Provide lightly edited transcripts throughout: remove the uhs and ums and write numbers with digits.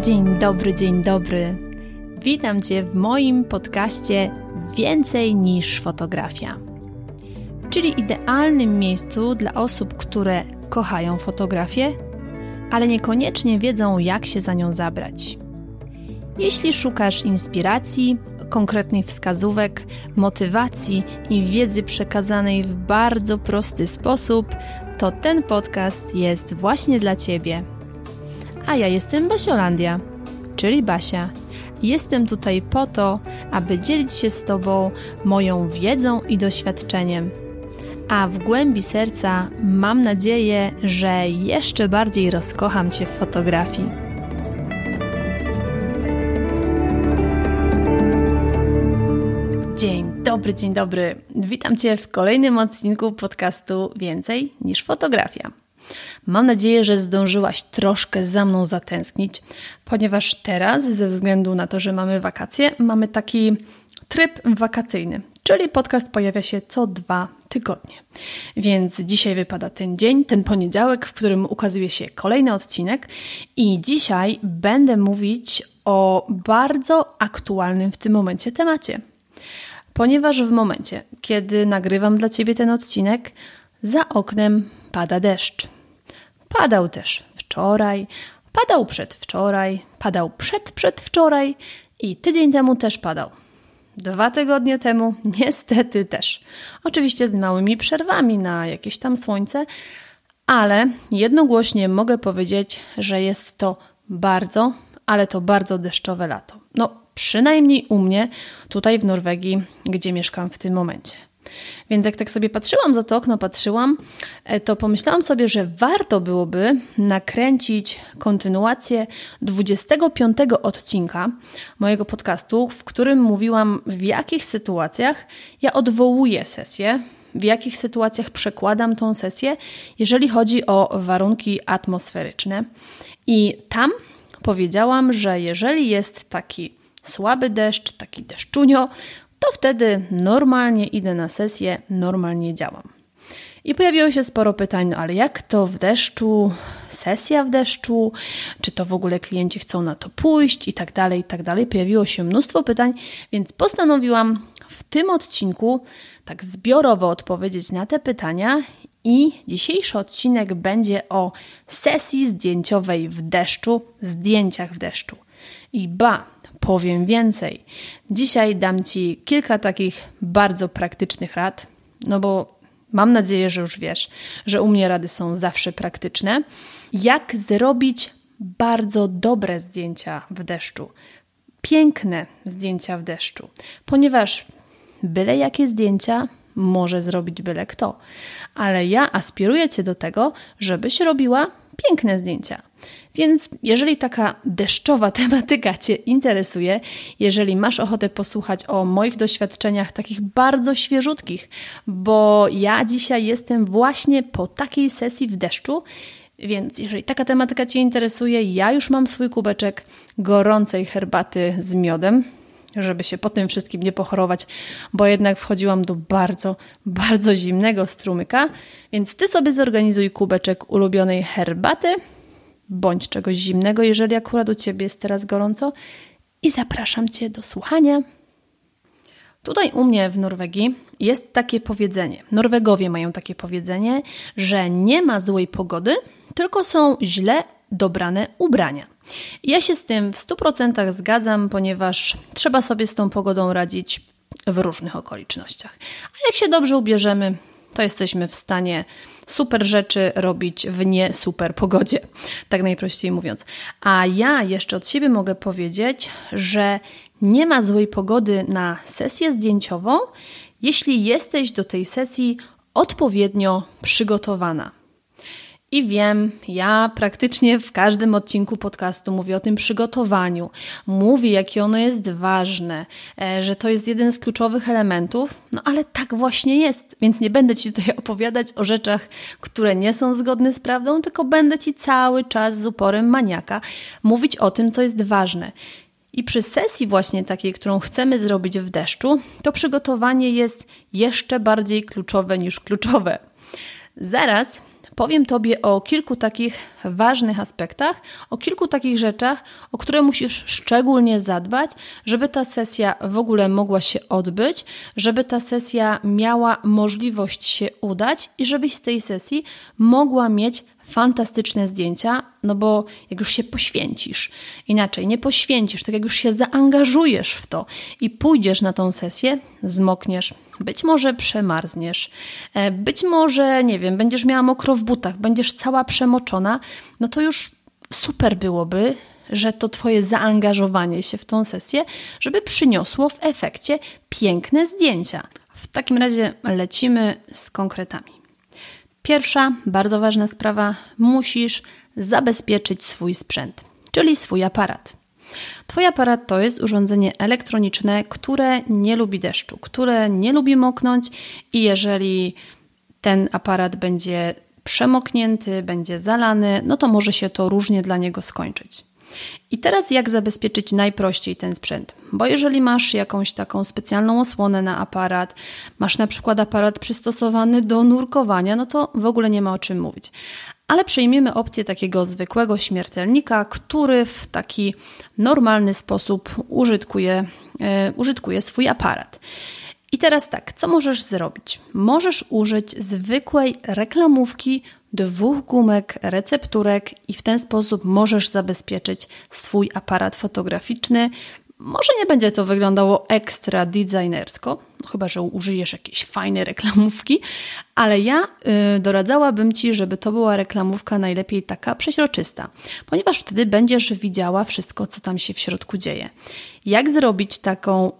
Dzień dobry. Witam Cię w moim podcaście Więcej niż fotografia, czyli idealnym miejscu dla osób, które kochają fotografię, ale niekoniecznie wiedzą, jak się za nią zabrać. Jeśli szukasz inspiracji, konkretnych wskazówek, motywacji i wiedzy przekazanej w bardzo prosty sposób, to ten podcast jest właśnie dla Ciebie. A ja jestem Basiolandia, czyli Basia. Jestem tutaj po to, aby dzielić się z Tobą moją wiedzą i doświadczeniem. A w głębi serca mam nadzieję, że jeszcze bardziej rozkocham Cię w fotografii. Dzień dobry. Witam Cię w kolejnym odcinku podcastu Więcej niż fotografia. Mam nadzieję, że zdążyłaś troszkę za mną zatęsknić, ponieważ teraz, ze względu na to, że mamy wakacje, mamy taki tryb wakacyjny, czyli podcast pojawia się co 2 tygodnie. Więc dzisiaj wypada ten dzień, ten poniedziałek, w którym ukazuje się kolejny odcinek i dzisiaj będę mówić o bardzo aktualnym w tym momencie temacie. Ponieważ w momencie, kiedy nagrywam dla Ciebie ten odcinek, za oknem pada deszcz. Padał też wczoraj, padał przedwczoraj, padał przedwczoraj i tydzień temu też padał. 2 tygodnie temu niestety też. Oczywiście z małymi przerwami na jakieś tam słońce, ale jednogłośnie mogę powiedzieć, że jest to bardzo, ale to bardzo deszczowe lato. Przynajmniej u mnie, tutaj w Norwegii, gdzie mieszkam w tym momencie. Więc jak tak sobie patrzyłam za to okno, to pomyślałam sobie, że warto byłoby nakręcić kontynuację 25 odcinka mojego podcastu, w którym mówiłam, w jakich sytuacjach ja odwołuję sesję, w jakich sytuacjach przekładam tą sesję, jeżeli chodzi o warunki atmosferyczne. I tam powiedziałam, że jeżeli jest taki słaby deszcz, taki deszczunio, to wtedy normalnie idę na sesję, normalnie działam. I pojawiło się sporo pytań, ale jak to w deszczu, sesja w deszczu, czy to w ogóle klienci chcą na to pójść i tak dalej, i tak dalej. Pojawiło się mnóstwo pytań, więc postanowiłam w tym odcinku tak zbiorowo odpowiedzieć na te pytania i dzisiejszy odcinek będzie o sesji zdjęciowej w deszczu, zdjęciach w deszczu. I powiem więcej. Dzisiaj dam Ci kilka takich bardzo praktycznych rad, bo mam nadzieję, że już wiesz, że u mnie rady są zawsze praktyczne. Jak zrobić bardzo dobre zdjęcia w deszczu, piękne zdjęcia w deszczu, ponieważ byle jakie zdjęcia może zrobić byle kto, ale ja aspiruję Cię do tego, żebyś robiła piękne zdjęcia. Więc jeżeli taka deszczowa tematyka Cię interesuje, jeżeli masz ochotę posłuchać o moich doświadczeniach takich bardzo świeżutkich, bo ja dzisiaj jestem właśnie po takiej sesji w deszczu, więc jeżeli taka tematyka Cię interesuje, ja już mam swój kubeczek gorącej herbaty z miodem, żeby się po tym wszystkim nie pochorować, bo jednak wchodziłam do bardzo, bardzo zimnego strumyka, więc Ty sobie zorganizuj kubeczek ulubionej herbaty, bądź czegoś zimnego, jeżeli akurat u Ciebie jest teraz gorąco i zapraszam Cię do słuchania. Tutaj u mnie w Norwegii jest takie powiedzenie, Norwegowie mają takie powiedzenie, że nie ma złej pogody, tylko są źle dobrane ubrania. I ja się z tym w 100% zgadzam, ponieważ trzeba sobie z tą pogodą radzić w różnych okolicznościach. A jak się dobrze ubierzemy, to jesteśmy w stanie super rzeczy robić w nie super pogodzie, tak najprościej mówiąc. A ja jeszcze od siebie mogę powiedzieć, że nie ma złej pogody na sesję zdjęciową, jeśli jesteś do tej sesji odpowiednio przygotowana. I wiem, ja praktycznie w każdym odcinku podcastu mówię o tym przygotowaniu. Mówię, jakie ono jest ważne, że to jest jeden z kluczowych elementów, ale tak właśnie jest. Więc nie będę Ci tutaj opowiadać o rzeczach, które nie są zgodne z prawdą, tylko będę Ci cały czas z uporem maniaka mówić o tym, co jest ważne. I przy sesji właśnie takiej, którą chcemy zrobić w deszczu, to przygotowanie jest jeszcze bardziej kluczowe niż kluczowe. Zaraz powiem Tobie o kilku takich ważnych aspektach, o kilku takich rzeczach, o które musisz szczególnie zadbać, żeby ta sesja w ogóle mogła się odbyć, żeby ta sesja miała możliwość się udać i żebyś z tej sesji mogła mieć fantastyczne zdjęcia, no bo jak już się poświęcisz, inaczej nie poświęcisz, tak jak już się zaangażujesz w to i pójdziesz na tą sesję, zmokniesz, być może przemarzniesz, być może, nie wiem, będziesz miała mokro w butach, będziesz cała przemoczona, no to już super byłoby, że to Twoje zaangażowanie się w tą sesję, żeby przyniosło w efekcie piękne zdjęcia. W takim razie lecimy z konkretami. Pierwsza, bardzo ważna sprawa, musisz zabezpieczyć swój sprzęt, czyli swój aparat. Twój aparat to jest urządzenie elektroniczne, które nie lubi deszczu, które nie lubi moknąć i jeżeli ten aparat będzie przemoknięty, będzie zalany, no to może się to różnie dla niego skończyć. I teraz jak zabezpieczyć najprościej ten sprzęt? Bo jeżeli masz jakąś taką specjalną osłonę na aparat, masz na przykład aparat przystosowany do nurkowania, no to w ogóle nie ma o czym mówić. Ale przyjmiemy opcję takiego zwykłego śmiertelnika, który w taki normalny sposób użytkuje swój aparat. I teraz tak, co możesz zrobić? Możesz użyć zwykłej reklamówki, 2 gumek, recepturek i w ten sposób możesz zabezpieczyć swój aparat fotograficzny. Może nie będzie to wyglądało ekstra designersko, chyba że użyjesz jakiejś fajnej reklamówki, ale ja doradzałabym Ci, żeby to była reklamówka najlepiej taka przeźroczysta, ponieważ wtedy będziesz widziała wszystko, co tam się w środku dzieje. Jak zrobić taką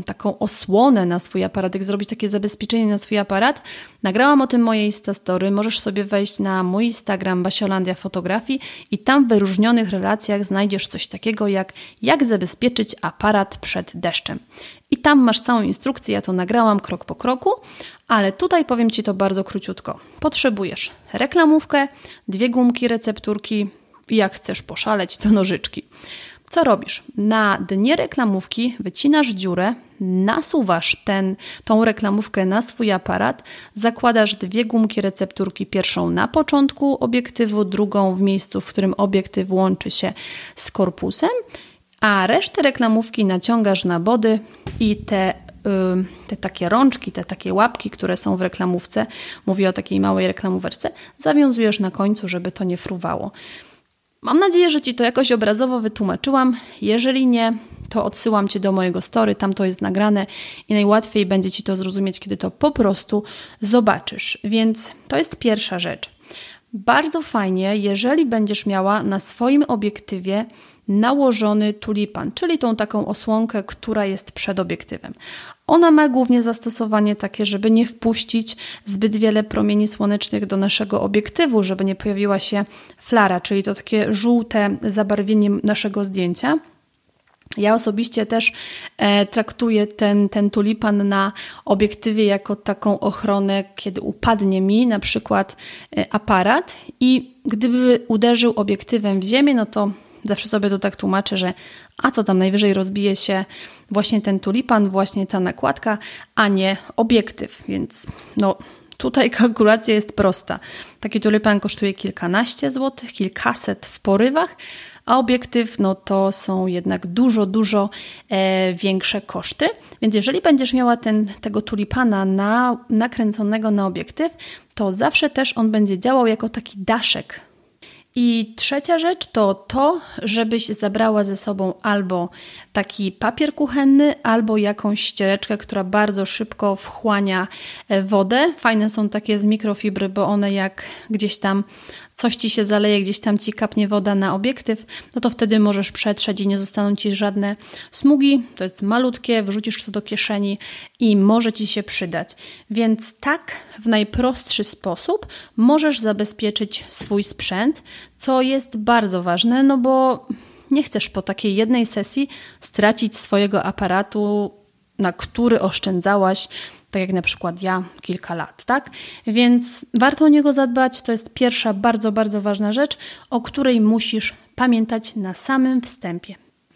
osłonę na swój aparat, jak zrobić takie zabezpieczenie na swój aparat? Nagrałam o tym moje Instastory, możesz sobie wejść na mój Instagram Basiolandia Fotografii i tam w wyróżnionych relacjach znajdziesz coś takiego jak zabezpieczyć aparat przed deszczem. I tam masz całą instrukcję, ja to nagrałam krok po kroku, ale tutaj powiem Ci to bardzo króciutko. Potrzebujesz reklamówkę, 2 gumki, recepturki i jak chcesz poszaleć, to nożyczki. Co robisz? Na dnie reklamówki wycinasz dziurę, nasuwasz tą reklamówkę na swój aparat, zakładasz 2 gumki recepturki, pierwszą na początku obiektywu, drugą w miejscu, w którym obiektyw łączy się z korpusem, a resztę reklamówki naciągasz na body i te takie rączki, te takie łapki, które są w reklamówce, mówię o takiej małej reklamóweczce, zawiązujesz na końcu, żeby to nie fruwało. Mam nadzieję, że Ci to jakoś obrazowo wytłumaczyłam. Jeżeli nie, to odsyłam Cię do mojego story, tam to jest nagrane i najłatwiej będzie Ci to zrozumieć, kiedy to po prostu zobaczysz. Więc to jest pierwsza rzecz. Bardzo fajnie, jeżeli będziesz miała na swoim obiektywie nałożony tulipan, czyli tą taką osłonkę, która jest przed obiektywem. Ona ma głównie zastosowanie takie, żeby nie wpuścić zbyt wiele promieni słonecznych do naszego obiektywu, żeby nie pojawiła się flara, czyli to takie żółte zabarwienie naszego zdjęcia. Ja osobiście też traktuję ten tulipan na obiektywie jako taką ochronę, kiedy upadnie mi na przykład aparat i gdyby uderzył obiektywem w ziemię, no to zawsze sobie to tak tłumaczę, że a co tam, najwyżej rozbije się właśnie ten tulipan, właśnie ta nakładka, a nie obiektyw. Więc no tutaj kalkulacja jest prosta. Taki tulipan kosztuje kilkanaście złotych, kilkaset w porywach, a obiektyw no to są jednak dużo większe koszty. Więc jeżeli będziesz miała tego tulipana nakręconego na obiektyw, to zawsze też on będzie działał jako taki daszek. I trzecia rzecz to, żebyś zabrała ze sobą albo taki papier kuchenny, albo jakąś ściereczkę, która bardzo szybko wchłania wodę. Fajne są takie z mikrofibry, bo one jak gdzieś tam coś Ci się zaleje, gdzieś tam Ci kapnie woda na obiektyw, no to wtedy możesz przetrzeć i nie zostaną Ci żadne smugi. To jest malutkie, wrzucisz to do kieszeni i może Ci się przydać. Więc tak w najprostszy sposób możesz zabezpieczyć swój sprzęt, co jest bardzo ważne, no bo nie chcesz po takiej jednej sesji stracić swojego aparatu, na który oszczędzałaś, tak jak na przykład ja, kilka lat, tak? Więc warto o niego zadbać. To jest pierwsza bardzo ważna rzecz, o której musisz pamiętać na samym wstępie.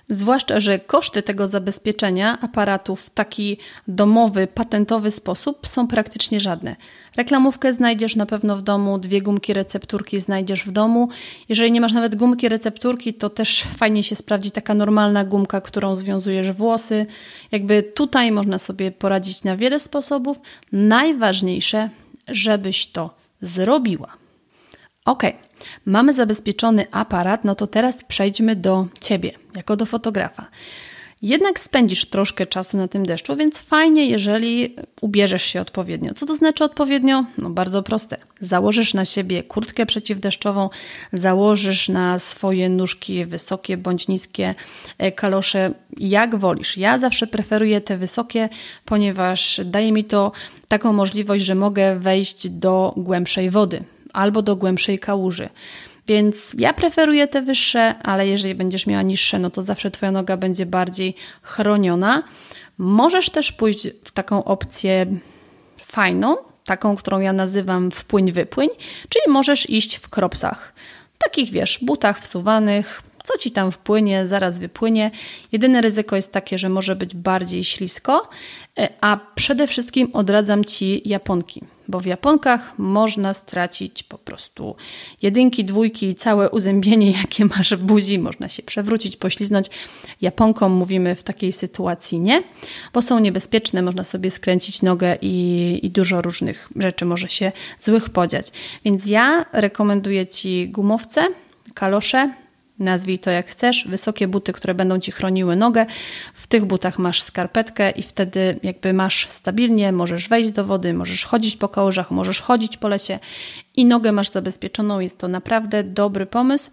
Zwłaszcza, że koszty tego zabezpieczenia aparatu w taki domowy, patentowy sposób są praktycznie żadne. Reklamówkę znajdziesz na pewno w domu, 2 gumki recepturki znajdziesz w domu. Jeżeli nie masz nawet gumki recepturki, to też fajnie się sprawdzi taka normalna gumka, którą związujesz włosy. Jakby tutaj można sobie poradzić na wiele sposobów. Najważniejsze, żebyś to zrobiła. Ok, mamy zabezpieczony aparat, no to teraz przejdźmy do Ciebie, jako do fotografa. Jednak spędzisz troszkę czasu na tym deszczu, więc fajnie, jeżeli ubierzesz się odpowiednio. Co to znaczy odpowiednio? No bardzo proste. Założysz na siebie kurtkę przeciwdeszczową, założysz na swoje nóżki wysokie bądź niskie kalosze, jak wolisz. Ja zawsze preferuję te wysokie, ponieważ daje mi to taką możliwość, że mogę wejść do głębszej wody albo do głębszej kałuży. Więc ja preferuję te wyższe, ale jeżeli będziesz miała niższe, no to zawsze Twoja noga będzie bardziej chroniona. Możesz też pójść w taką opcję fajną, taką, którą ja nazywam wpłyń-wypłyń, czyli możesz iść w kropsach. Takich, butach wsuwanych, co Ci tam wpłynie, zaraz wypłynie. Jedyne ryzyko jest takie, że może być bardziej ślisko, a przede wszystkim odradzam Ci japonki, bo w japonkach można stracić po prostu 1, 2 i całe uzębienie, jakie masz w buzi. Można się przewrócić, pośliznąć. Japonkom mówimy w takiej sytuacji nie, bo są niebezpieczne, można sobie skręcić nogę i dużo różnych rzeczy może się złych podziać. Więc ja rekomenduję Ci gumowce, kalosze, nazwij to jak chcesz, wysokie buty, które będą Ci chroniły nogę. W tych butach masz skarpetkę i wtedy jakby masz stabilnie, możesz wejść do wody, możesz chodzić po kałużach, możesz chodzić po lesie i nogę masz zabezpieczoną. Jest to naprawdę dobry pomysł.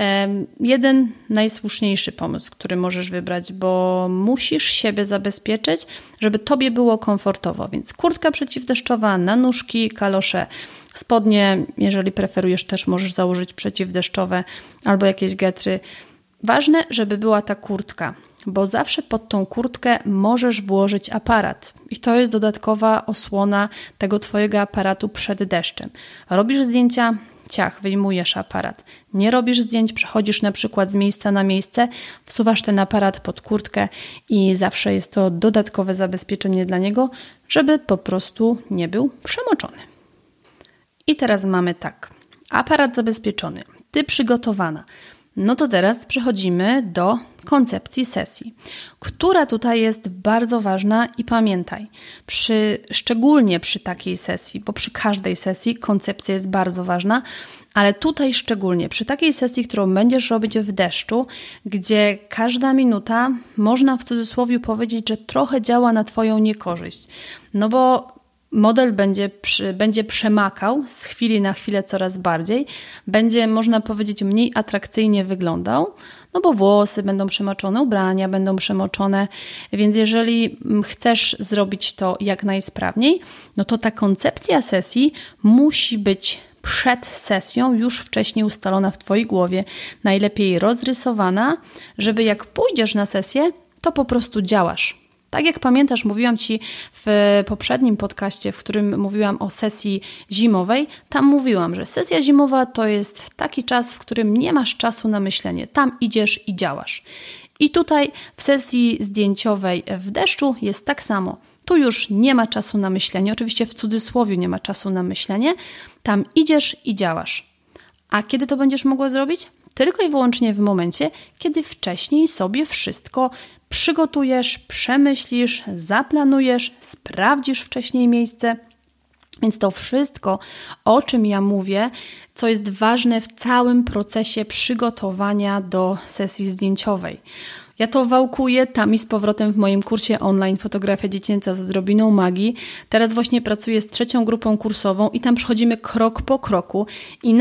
Jeden najsłuszniejszy pomysł, który możesz wybrać, bo musisz siebie zabezpieczyć, żeby Tobie było komfortowo. Więc kurtka przeciwdeszczowa na nóżki, kalosze, spodnie, jeżeli preferujesz, też możesz założyć przeciwdeszczowe albo jakieś getry. Ważne, żeby była ta kurtka, bo zawsze pod tą kurtkę możesz włożyć aparat i to jest dodatkowa osłona tego Twojego aparatu przed deszczem. Robisz zdjęcia, ciach, wyjmujesz aparat. Nie robisz zdjęć, przechodzisz na przykład z miejsca na miejsce, wsuwasz ten aparat pod kurtkę i zawsze jest to dodatkowe zabezpieczenie dla niego, żeby po prostu nie był przemoczony. I teraz mamy tak, aparat zabezpieczony, Ty przygotowana. No to teraz przechodzimy do koncepcji sesji, która tutaj jest bardzo ważna i pamiętaj, szczególnie przy takiej sesji, bo przy każdej sesji koncepcja jest bardzo ważna, ale tutaj szczególnie przy takiej sesji, którą będziesz robić w deszczu, gdzie każda minuta, można w cudzysłowie powiedzieć, że trochę działa na Twoją niekorzyść, no bo model będzie przemakał z chwili na chwilę coraz bardziej, będzie, można powiedzieć, mniej atrakcyjnie wyglądał, no bo włosy będą przemoczone, ubrania będą przemoczone, więc jeżeli chcesz zrobić to jak najsprawniej, no to ta koncepcja sesji musi być przed sesją już wcześniej ustalona w Twojej głowie, najlepiej rozrysowana, żeby jak pójdziesz na sesję, to po prostu działasz. Tak jak pamiętasz, mówiłam Ci w poprzednim podcaście, w którym mówiłam o sesji zimowej, tam mówiłam, że sesja zimowa to jest taki czas, w którym nie masz czasu na myślenie. Tam idziesz i działasz. I tutaj w sesji zdjęciowej w deszczu jest tak samo. Tu już nie ma czasu na myślenie, oczywiście w cudzysłowie nie ma czasu na myślenie. Tam idziesz i działasz. A kiedy to będziesz mogła zrobić? Tylko i wyłącznie w momencie, kiedy wcześniej sobie wszystko przygotujesz, przemyślisz, zaplanujesz, sprawdzisz wcześniej miejsce. Więc to wszystko, o czym ja mówię, co jest ważne w całym procesie przygotowania do sesji zdjęciowej. Ja to wałkuję tam i z powrotem w moim kursie online Fotografia dziecięca z odrobiną magii. Teraz właśnie pracuję z 3. grupą kursową i tam przechodzimy krok po kroku i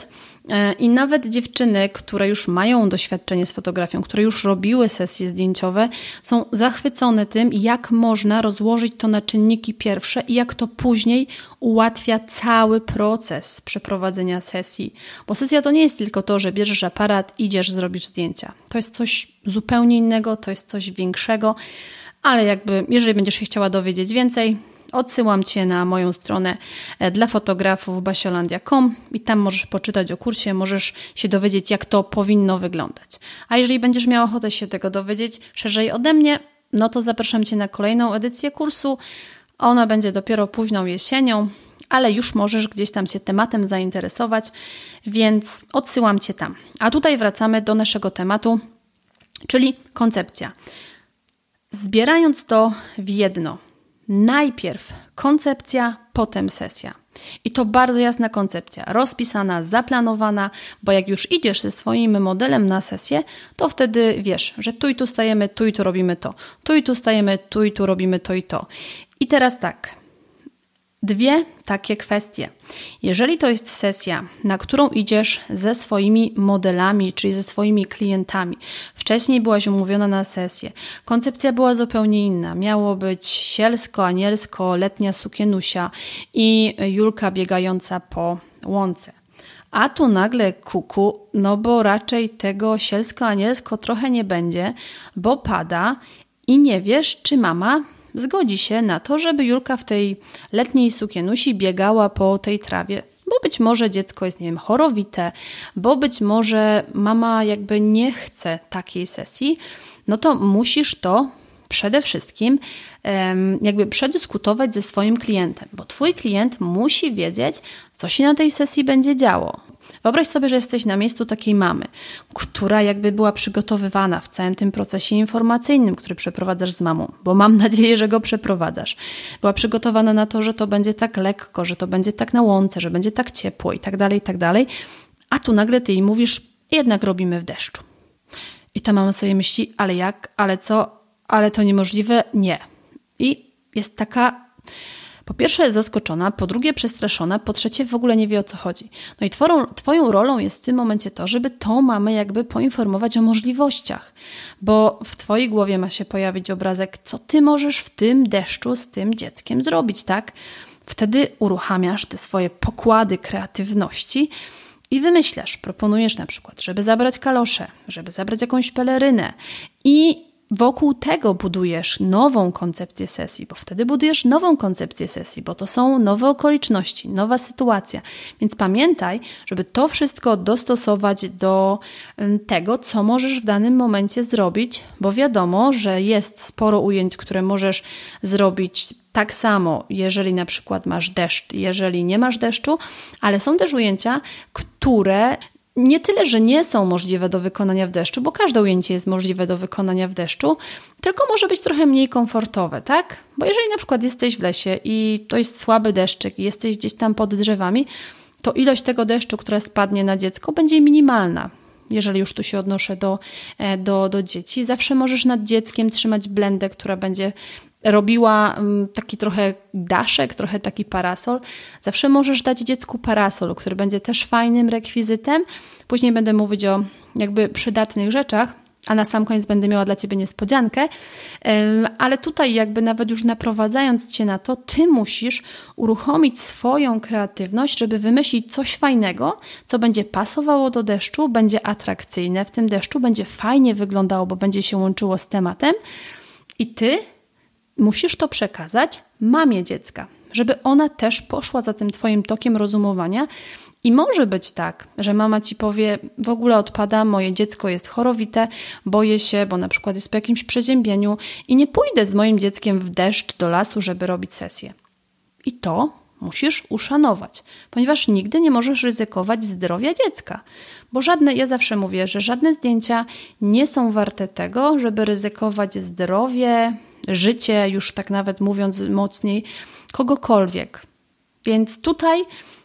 nawet dziewczyny, które już mają doświadczenie z fotografią, które już robiły sesje zdjęciowe, są zachwycone tym, jak można rozłożyć to na czynniki pierwsze i jak to później ułatwia cały proces przeprowadzenia sesji. Bo sesja to nie jest tylko to, że bierzesz aparat, idziesz, zrobisz zdjęcia. To jest coś zupełnie innego, to jest coś większego, ale jeżeli będziesz się chciała dowiedzieć więcej, odsyłam Cię na moją stronę dla fotografów basiolandia.com i tam możesz poczytać o kursie, możesz się dowiedzieć, jak to powinno wyglądać. A jeżeli będziesz miał ochotę się tego dowiedzieć szerzej ode mnie, no to zapraszam Cię na kolejną edycję kursu. Ona będzie dopiero późną jesienią, ale już możesz gdzieś tam się tematem zainteresować, więc odsyłam Cię tam. A tutaj wracamy do naszego tematu, czyli koncepcja. Zbierając to w jedno, najpierw koncepcja, potem sesja. I to bardzo jasna koncepcja, rozpisana, zaplanowana, bo jak już idziesz ze swoim modelem na sesję, to wtedy wiesz, że tu i tu stajemy, tu i tu robimy to, tu i tu stajemy, tu i tu robimy to i to. I teraz tak. Dwie takie kwestie. Jeżeli to jest sesja, na którą idziesz ze swoimi modelami, czyli ze swoimi klientami, wcześniej byłaś umówiona na sesję, koncepcja była zupełnie inna, miało być sielsko, anielsko, letnia sukienusia i Julka biegająca po łące. A tu nagle kuku, no bo raczej tego sielsko-anielsko trochę nie będzie, bo pada i nie wiesz, czy mama zgodzi się na to, żeby Julka w tej letniej sukienusi biegała po tej trawie, bo być może dziecko jest, nie wiem, chorowite, bo być może mama jakby nie chce takiej sesji, no to musisz to przede wszystkim jakby przedyskutować ze swoim klientem, bo Twój klient musi wiedzieć, co się na tej sesji będzie działo. Wyobraź sobie, że jesteś na miejscu takiej mamy, która jakby była przygotowywana w całym tym procesie informacyjnym, który przeprowadzasz z mamą, bo mam nadzieję, że go przeprowadzasz. Była przygotowana na to, że to będzie tak lekko, że to będzie tak na łące, że będzie tak ciepło i tak dalej, a tu nagle Ty jej mówisz, jednak robimy w deszczu. I ta mama sobie myśli, ale jak, ale co, ale to niemożliwe, nie. I jest taka... Po pierwsze zaskoczona, po drugie przestraszona, po trzecie w ogóle nie wie, o co chodzi. No i Twoją rolą jest w tym momencie to, żeby tą mamę jakby poinformować o możliwościach, bo w Twojej głowie ma się pojawić obrazek, co Ty możesz w tym deszczu z tym dzieckiem zrobić, tak? Wtedy uruchamiasz te swoje pokłady kreatywności i wymyślasz, proponujesz na przykład, żeby zabrać kalosze, żeby zabrać jakąś pelerynę i wokół tego budujesz nową koncepcję sesji, bo wtedy budujesz nową koncepcję sesji, bo to są nowe okoliczności, nowa sytuacja. Więc pamiętaj, żeby to wszystko dostosować do tego, co możesz w danym momencie zrobić, bo wiadomo, że jest sporo ujęć, które możesz zrobić tak samo, jeżeli na przykład masz deszcz, jeżeli nie masz deszczu, ale są też ujęcia, które nie tyle, że nie są możliwe do wykonania w deszczu, bo każde ujęcie jest możliwe do wykonania w deszczu, tylko może być trochę mniej komfortowe, tak? Bo jeżeli na przykład jesteś w lesie i to jest słaby deszczyk i jesteś gdzieś tam pod drzewami, to ilość tego deszczu, która spadnie na dziecko, będzie minimalna. Jeżeli już tu się odnoszę do dzieci, zawsze możesz nad dzieckiem trzymać blendę, która będzie robiła taki trochę daszek, trochę taki parasol. Zawsze możesz dać dziecku parasol, który będzie też fajnym rekwizytem. Później będę mówić o jakby przydatnych rzeczach, a na sam koniec będę miała dla Ciebie niespodziankę. Ale tutaj jakby nawet już naprowadzając Cię na to, Ty musisz uruchomić swoją kreatywność, żeby wymyślić coś fajnego, co będzie pasowało do deszczu, będzie atrakcyjne w tym deszczu, będzie fajnie wyglądało, bo będzie się łączyło z tematem i Ty musisz to przekazać mamie dziecka, żeby ona też poszła za tym Twoim tokiem rozumowania i może być tak, że mama Ci powie, w ogóle odpada, moje dziecko jest chorowite, boję się, bo na przykład jest po jakimś przeziębieniu i nie pójdę z moim dzieckiem w deszcz do lasu, żeby robić sesję. I to musisz uszanować, ponieważ nigdy nie możesz ryzykować zdrowia dziecka, bo ja zawsze mówię, że żadne zdjęcia nie są warte tego, żeby ryzykować zdrowie, życie, już tak nawet mówiąc mocniej, kogokolwiek. Więc tutaj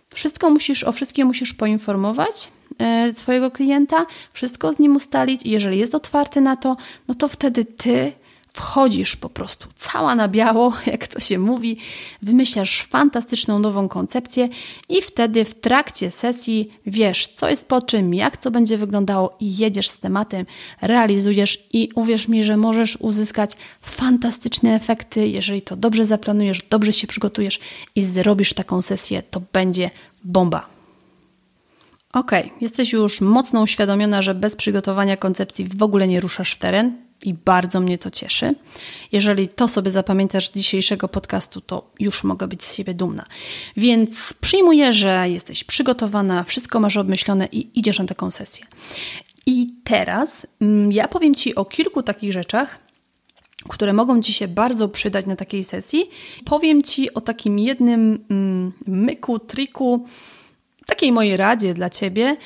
o wszystkim musisz poinformować swojego klienta, wszystko z nim ustalić i jeżeli jest otwarty na to, no to wtedy Ty wchodzisz po prostu cała na biało, jak to się mówi, wymyślasz fantastyczną nową koncepcję i wtedy w trakcie sesji wiesz, co jest po czym, jak to będzie wyglądało i jedziesz z tematem, realizujesz i uwierz mi, że możesz uzyskać fantastyczne efekty, jeżeli to dobrze zaplanujesz, dobrze się przygotujesz i zrobisz taką sesję, to będzie bomba. Jesteś już mocno uświadomiona, że bez przygotowania koncepcji w ogóle nie ruszasz w teren. i bardzo mnie to cieszy. Jeżeli to sobie zapamiętasz z dzisiejszego podcastu, to już mogę być z siebie dumna. Więc przyjmuję, że jesteś przygotowana, wszystko masz obmyślone i idziesz na taką sesję. I teraz ja powiem Ci o kilku takich rzeczach, które mogą Ci się bardzo przydać na takiej sesji. Powiem Ci o takim jednym myku, triku, takiej mojej radzie dla Ciebie,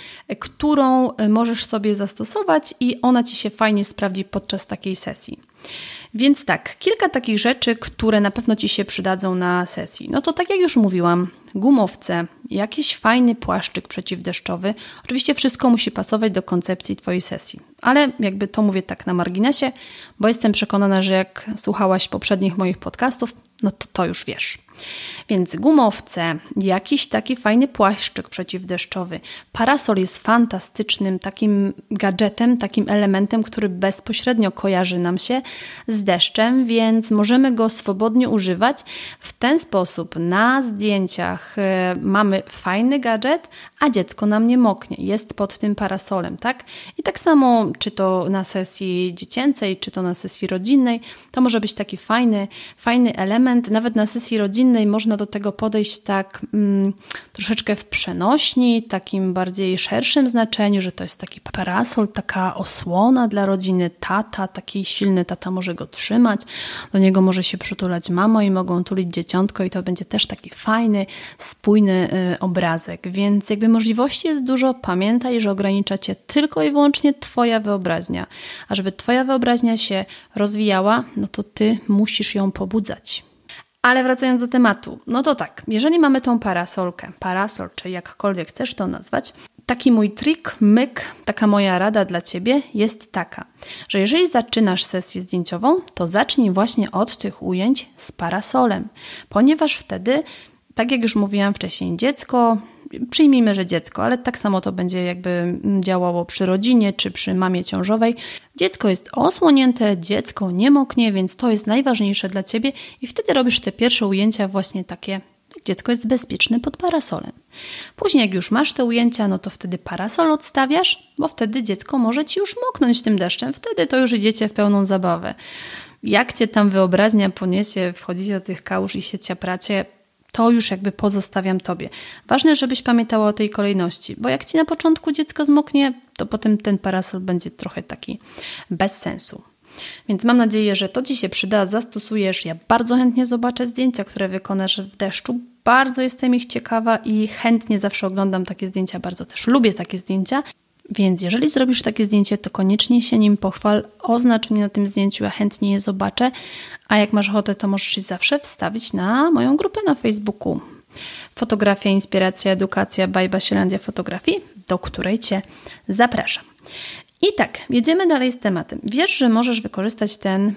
którą możesz sobie zastosować i ona Ci się fajnie sprawdzi podczas takiej sesji. Więc tak, kilka takich rzeczy, które na pewno Ci się przydadzą na sesji. No to tak jak już mówiłam, gumowce, jakiś fajny płaszczyk przeciwdeszczowy. Oczywiście wszystko musi pasować do koncepcji Twojej sesji. Ale jakby to mówię tak na marginesie, bo jestem przekonana, że jak słuchałaś poprzednich moich podcastów, no to już wiesz. Więc gumowce, jakiś taki fajny płaszczyk przeciwdeszczowy. Parasol jest fantastycznym takim gadżetem, takim elementem, który bezpośrednio kojarzy nam się z deszczem, więc możemy go swobodnie używać. W ten sposób na zdjęciach mamy fajny gadżet, a dziecko nam nie moknie. Jest pod tym parasolem, tak? I tak samo, czy to na sesji dziecięcej, czy to na sesji rodzinnej, to może być taki fajny element. Nawet na sesji rodzinnej można do tego podejść tak troszeczkę w przenośni, takim bardziej szerszym znaczeniu, że to jest taki parasol, taka osłona dla rodziny, tata, taki silny tata może go trzymać, do niego może się przytulać mama i mogą tulić dzieciątko i to będzie też taki fajny, spójny obrazek, więc jakby możliwości jest dużo. Pamiętaj, że ogranicza Cię tylko i wyłącznie Twoja wyobraźnia, a żeby Twoja wyobraźnia się rozwijała, no to Ty musisz ją pobudzać. Ale wracając do tematu, no to tak, jeżeli mamy tą parasolkę, parasol, czy jakkolwiek chcesz to nazwać, taki mój trik, myk, taka moja rada dla Ciebie jest taka, że jeżeli zaczynasz sesję zdjęciową, to zacznij właśnie od tych ujęć z parasolem, ponieważ wtedy, tak jak już mówiłam wcześniej, przyjmijmy, że dziecko, ale tak samo to będzie jakby działało przy rodzinie czy przy mamie ciążowej. Dziecko jest osłonięte, dziecko nie moknie, więc to jest najważniejsze dla Ciebie i wtedy robisz te pierwsze ujęcia właśnie takie, dziecko jest bezpieczne pod parasolem. Później jak już masz te ujęcia, no to wtedy parasol odstawiasz, bo wtedy dziecko może Ci już moknąć tym deszczem, wtedy to już idziecie w pełną zabawę. Jak Cię tam wyobraźnia poniesie, wchodzicie do tych kałuż i się ciapracie, to już jakby pozostawiam Tobie. Ważne, żebyś pamiętała o tej kolejności, bo jak Ci na początku dziecko zmoknie, to potem ten parasol będzie trochę taki bez sensu. Więc mam nadzieję, że to Ci się przyda, zastosujesz. Ja bardzo chętnie zobaczę zdjęcia, które wykonasz w deszczu. Bardzo jestem ich ciekawa i chętnie zawsze oglądam takie zdjęcia, bardzo też lubię takie zdjęcia. Więc jeżeli zrobisz takie zdjęcie, to koniecznie się nim pochwal, oznacz mnie na tym zdjęciu, ja chętnie je zobaczę, a jak masz ochotę, to możesz się zawsze wstawić na moją grupę na Facebooku. Fotografia, inspiracja, edukacja by Basiolandia Fotografii, do której Cię zapraszam. I tak, jedziemy dalej z tematem. Wiesz, że możesz wykorzystać ten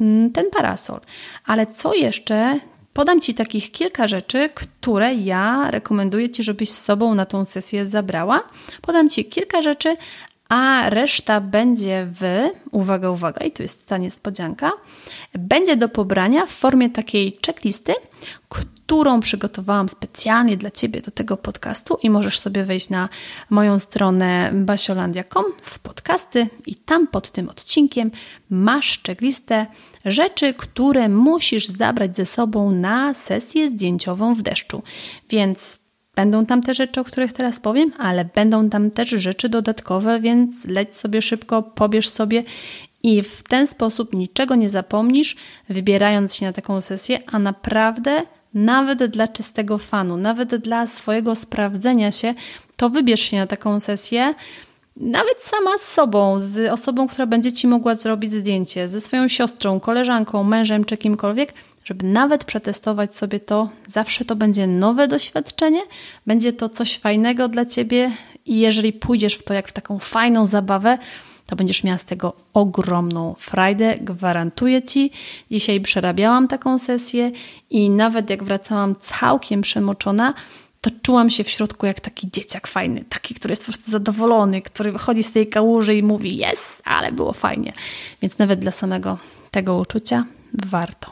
parasol, ale co jeszcze? Podam Ci takich kilka rzeczy, które ja rekomenduję Ci, żebyś z sobą na tą sesję zabrała. Podam Ci kilka rzeczy, a reszta będzie uwaga, i tu jest ta niespodzianka, będzie do pobrania w formie takiej checklisty, którą przygotowałam specjalnie dla Ciebie do tego podcastu i możesz sobie wejść na moją stronę basiolandia.com w podcasty i tam pod tym odcinkiem masz checklistę rzeczy, które musisz zabrać ze sobą na sesję zdjęciową w deszczu. Więc będą tam te rzeczy, o których teraz powiem, ale będą tam też rzeczy dodatkowe, więc leć sobie szybko, pobierz sobie i w ten sposób niczego nie zapomnisz, wybierając się na taką sesję, a naprawdę nawet dla czystego fanu, nawet dla swojego sprawdzenia się, to wybierz się na taką sesję, nawet sama z sobą, z osobą, która będzie Ci mogła zrobić zdjęcie, ze swoją siostrą, koleżanką, mężem czy kimkolwiek, żeby nawet przetestować sobie to. Zawsze to będzie nowe doświadczenie, będzie to coś fajnego dla Ciebie i jeżeli pójdziesz w to jak w taką fajną zabawę, to będziesz miała z tego ogromną frajdę, gwarantuję Ci. Dzisiaj przerabiałam taką sesję i nawet jak wracałam całkiem przemoczona, to czułam się w środku jak taki dzieciak fajny, taki, który jest po prostu zadowolony, który wychodzi z tej kałuży i mówi yes, ale było fajnie. Więc nawet dla samego tego uczucia warto.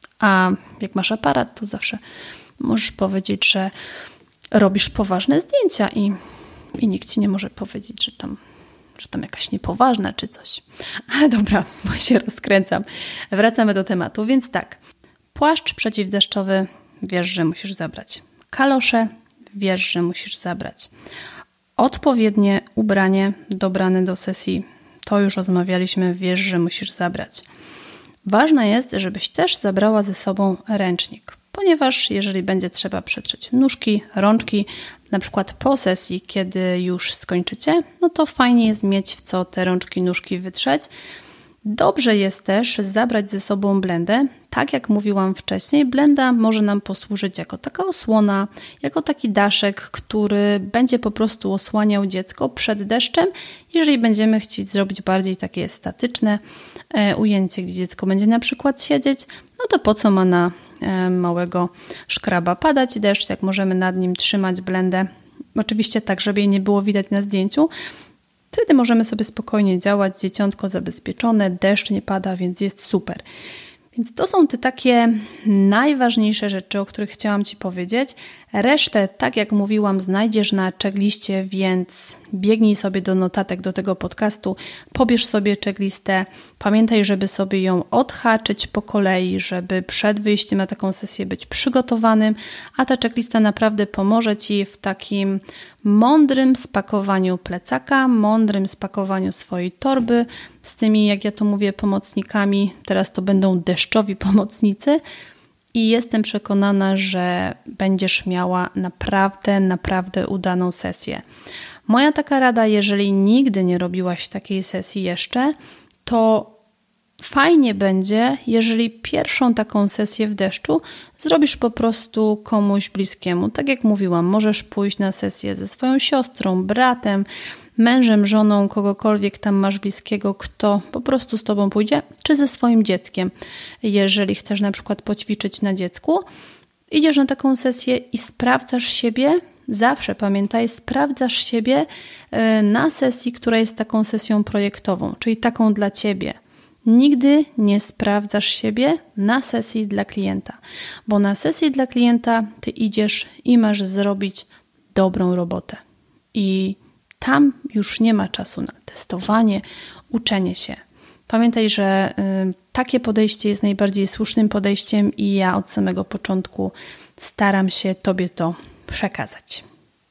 A jak masz aparat, to zawsze możesz powiedzieć, że robisz poważne zdjęcia i nikt Ci nie może powiedzieć, że tam że tam jakaś niepoważna czy coś. Ale dobra, bo się rozkręcam. Wracamy do tematu, więc tak. Płaszcz przeciwdeszczowy wiesz, że musisz zabrać. Kalosze wiesz, że musisz zabrać. Odpowiednie ubranie dobrane do sesji, to już rozmawialiśmy, wiesz, że musisz zabrać. Ważne jest, żebyś też zabrała ze sobą ręcznik, ponieważ jeżeli będzie trzeba przetrzeć nóżki, rączki, na przykład po sesji, kiedy już skończycie, no to fajnie jest mieć w co te rączki, nóżki wytrzeć. Dobrze jest też zabrać ze sobą blendę. Tak jak mówiłam wcześniej, blenda może nam posłużyć jako taka osłona, jako taki daszek, który będzie po prostu osłaniał dziecko przed deszczem. Jeżeli będziemy chcieć zrobić bardziej takie statyczne ujęcie, gdzie dziecko będzie na przykład siedzieć, no to po co ma na małego szkraba padać deszcz, jak możemy nad nim trzymać blendę. Oczywiście tak, żeby jej nie było widać na zdjęciu. Wtedy możemy sobie spokojnie działać, dzieciątko zabezpieczone, deszcz nie pada, więc jest super. Więc to są te takie najważniejsze rzeczy, o których chciałam Ci powiedzieć. Resztę, tak jak mówiłam, znajdziesz na checkliście, więc biegnij sobie do notatek do tego podcastu, pobierz sobie checklistę, pamiętaj, żeby sobie ją odhaczyć po kolei, żeby przed wyjściem na taką sesję być przygotowanym, a ta checklista naprawdę pomoże Ci w takim mądrym spakowaniu plecaka, mądrym spakowaniu swojej torby z tymi, jak ja to mówię, pomocnikami. Teraz to będą deszczowi pomocnicy. I jestem przekonana, że będziesz miała naprawdę udaną sesję. Moja taka rada, jeżeli nigdy nie robiłaś takiej sesji jeszcze, to fajnie będzie, jeżeli pierwszą taką sesję w deszczu zrobisz po prostu komuś bliskiemu. Tak jak mówiłam, możesz pójść na sesję ze swoją siostrą, bratem, mężem, żoną, kogokolwiek tam masz bliskiego, kto po prostu z Tobą pójdzie, czy ze swoim dzieckiem. Jeżeli chcesz na przykład poćwiczyć na dziecku, idziesz na taką sesję i sprawdzasz siebie, zawsze pamiętaj, sprawdzasz siebie na sesji, która jest taką sesją projektową, czyli taką dla Ciebie. Nigdy nie sprawdzasz siebie na sesji dla klienta, bo na sesji dla klienta Ty idziesz i masz zrobić dobrą robotę. I tam już nie ma czasu na testowanie, uczenie się. Pamiętaj, że takie podejście jest najbardziej słusznym podejściem i ja od samego początku staram się Tobie to przekazać.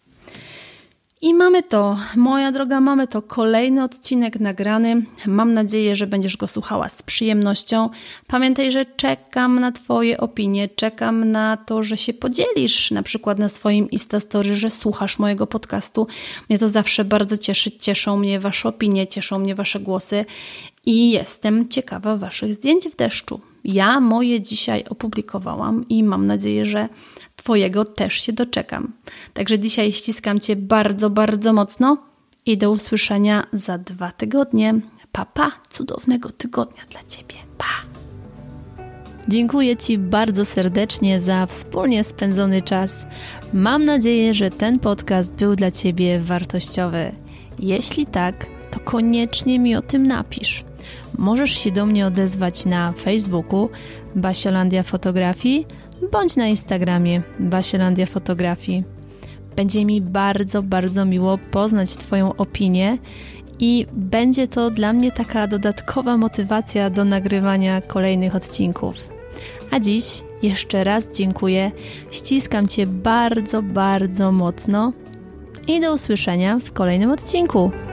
I mamy to, moja droga, mamy to, kolejny odcinek nagrany. Mam nadzieję, że będziesz go słuchała z przyjemnością. Pamiętaj, że czekam na Twoje opinie, czekam na to, że się podzielisz na przykład na swoim Instastory, że słuchasz mojego podcastu. Mnie to zawsze bardzo cieszy, cieszą mnie Wasze opinie, cieszą mnie Wasze głosy i jestem ciekawa Waszych zdjęć w deszczu. Ja moje dzisiaj opublikowałam i mam nadzieję, że Twojego też się doczekam. Także dzisiaj ściskam Cię bardzo mocno i do usłyszenia za 2 tygodnie. Pa, cudownego tygodnia dla Ciebie. Pa! Dziękuję Ci bardzo serdecznie za wspólnie spędzony czas. Mam nadzieję, że ten podcast był dla Ciebie wartościowy. Jeśli tak, to koniecznie mi o tym napisz. Możesz się do mnie odezwać na Facebooku Basiolandia Fotografii bądź na Instagramie Basiolandia Fotografii. Będzie mi bardzo miło poznać Twoją opinię i będzie to dla mnie taka dodatkowa motywacja do nagrywania kolejnych odcinków. A dziś jeszcze raz dziękuję, ściskam Cię bardzo mocno i do usłyszenia w kolejnym odcinku.